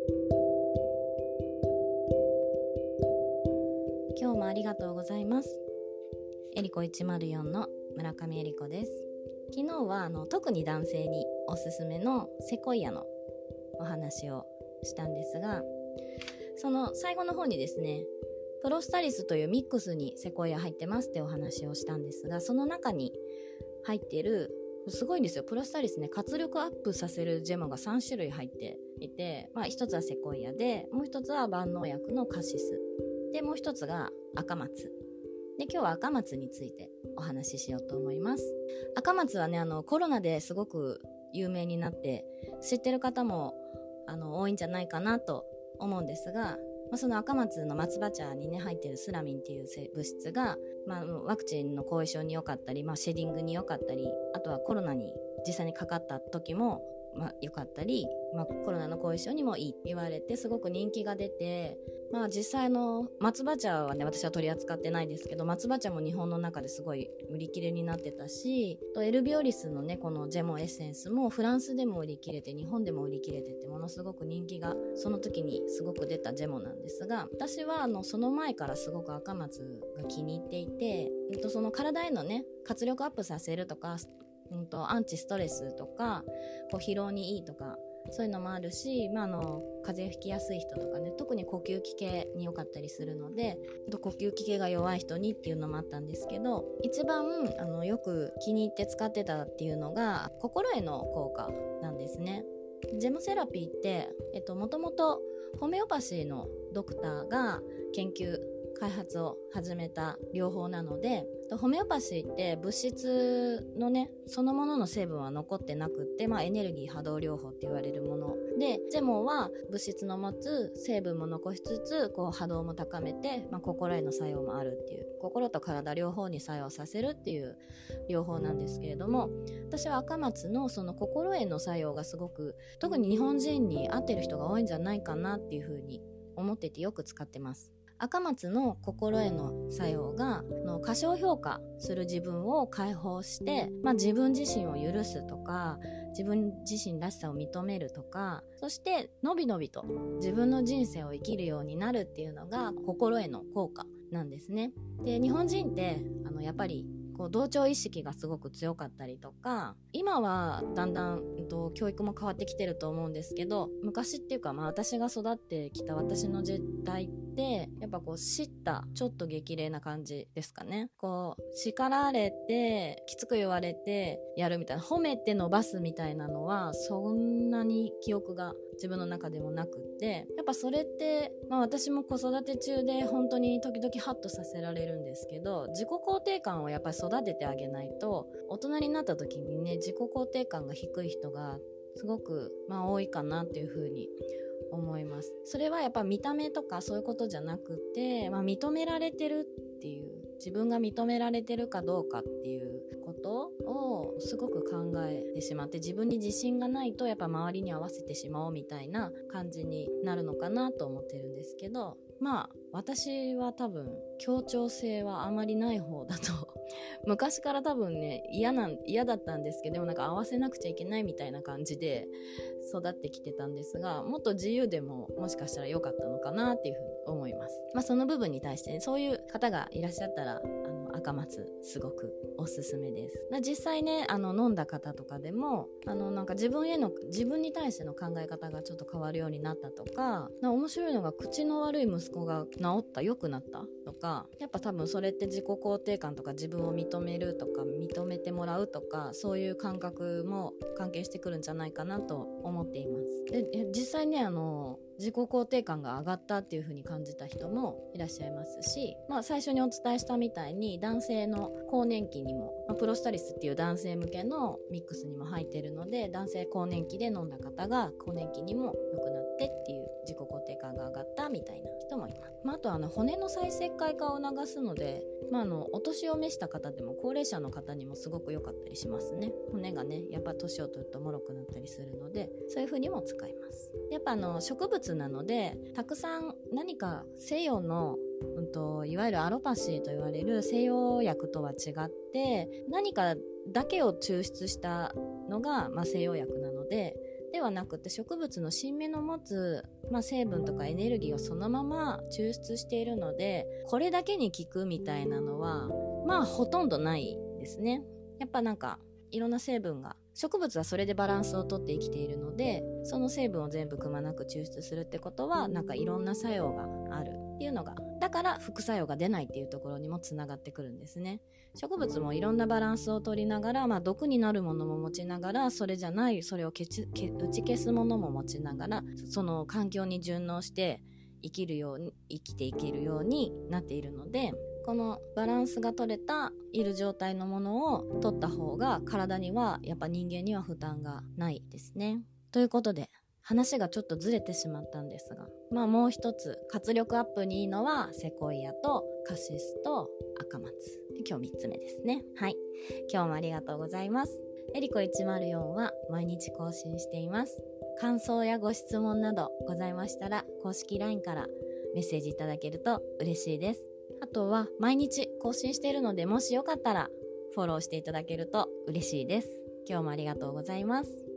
今日もありがとうございます。エリコ104の村上エリコです。昨日は特に男性におすすめのセコイアのお話をしたんですが、その最後の方にですね、プロスタリスというミックスにセコイア入ってますってお話をしたんですが、その中に入っているすごいんですよ。プロスタリスね、活力アップさせるジェムが3種類入っていて、一つはセコイアで、もう一つは万能薬のカシスで、もう一つが赤松で、今日は赤松についてお話ししようと思います。赤松はね、コロナですごく有名になって知ってる方も多いんじゃないかなと思うんですが、その赤松の松葉茶にね入っているスラミンっていう物質が、ワクチンの後遺症に良かったり、シェディングに良かったり、あとはコロナに実際にかかった時も良かったり、コロナの後遺症にもいいって言われてすごく人気が出て、実際の松葉茶はね、私は取り扱ってないですけど、松葉茶も日本の中ですごい売り切れになってたし、エルビオリスのねこのジェモエッセンスもフランスでも売り切れて日本でも売り切れてって、ものすごく人気がその時にすごく出たジェモなんですが、私はその前からすごく赤松が気に入っていて、その体へのね活力アップさせるとか、アンチストレスとか疲労にいいとかそういうのもあるし、風邪をひきやすい人とかね、特に呼吸器系に良かったりするので、呼吸器系が弱い人にっていうのもあったんですけど、一番よく気に入って使ってたっていうのが心への効果なんですね。ジェムセラピーってもともとホメオパシーのドクターが研究開発を始めた療法なので、ホメオパシーって物質のねそのものの成分は残ってなくって、エネルギー波動療法って言われるもので、ジェモは物質の持つ成分も残しつつ波動も高めて、心への作用もあるっていう、心と体両方に作用させるっていう療法なんですけれども、私は赤松のその心への作用がすごく、特に日本人に合ってる人が多いんじゃないかなっていうふうに思っていてよく使ってます。赤松の心への作用が過小評価する自分を解放して、自分自身を許すとか、自分自身らしさを認めるとか、そしてのびのびと自分の人生を生きるようになるっていうのが心への効果なんですね。で、日本人ってやっぱり同調意識がすごく強かったりとか、今はだんだん教育も変わってきてると思うんですけど、昔っていうか、私が育ってきた私の時代ってやっぱ叱咤ちょっと激励な感じですかね。叱られてきつく言われてやるみたいな、褒めて伸ばすみたいなのはそんなに記憶が自分の中でもなくって、やっぱそれって、私も子育て中で本当に時々ハッとさせられるんですけど、自己肯定感をやっぱり育ててあげないと、大人になった時にね自己肯定感が低い人がすごく多いかなっていう風に思います。それはやっぱ見た目とかそういうことじゃなくて、認められてるっていう、自分が認められてるかどうかっていうことをすごく考えてしまって、自分に自信がないとやっぱ周りに合わせてしまおうみたいな感じになるのかなと思ってるんですけど、私は多分協調性はあまりない方だと昔から多分ね嫌だったんですけど、でも合わせなくちゃいけないみたいな感じで育ってきてたんですが、もっと自由でももしかしたら良かったのかなっていうふうに思います。その部分に対して、そういう方がいらっしゃったら赤松すごくおすすめです。実際ね飲んだ方とかでも自分に対しての考え方がちょっと変わるようになったとか、面白いのが口の悪い息子が治った、良くなったとか、やっぱ多分それって自己肯定感とか自分を認めるとか認めてもらうとか、そういう感覚も関係してくるんじゃないかなと思っています。で実際ね自己肯定感が上がったっていう風に感じた人もいらっしゃいますし、最初にお伝えしたみたいに男性の更年期にも、プロスタリスっていう男性向けのミックスにも入っているので、男性更年期で飲んだ方が更年期にも良くなってっていう自己肯定感が上がったみたいな人もいます。あと骨の再生回化を促すので、お年を召した方でも高齢者の方にもすごく良かったりしますね。骨がねやっぱ年を取ると脆くなったりするので、そういう風にも使います。やっぱ植物なので、たくさん何か西洋のいわゆるアロパシーと言われる西洋薬とは違って、何かだけを抽出したのが、西洋薬なので、 ではなくて植物の新芽の持つ、成分とかエネルギーをそのまま抽出しているので、これだけに効くみたいなのはほとんどないですね。やっぱいろんな成分が、植物はそれでバランスをとって生きているので、その成分を全部くまなく抽出するってことはいろんな作用があるっていうのが、だから副作用が出ないっていうところにもつながってくるんですね。植物もいろんなバランスを取りながら、毒になるものも持ちながら、それじゃないそれを打ち消すものも持ちながら、その環境に順応して生きていけるようになっているので、このバランスが取れたいる状態のものを取った方が体にはやっぱ人間には負担がないですね。ということで話がちょっとずれてしまったんですが、もう一つ活力アップにいいのはセコイアとカシスと赤松。今日3つ目ですね。はい、今日もありがとうございます。エリコ104は毎日更新しています。感想やご質問などございましたら公式 LINE からメッセージいただけると嬉しいです。あとは毎日更新しているので、もしよかったらフォローしていただけると嬉しいです。今日もありがとうございます。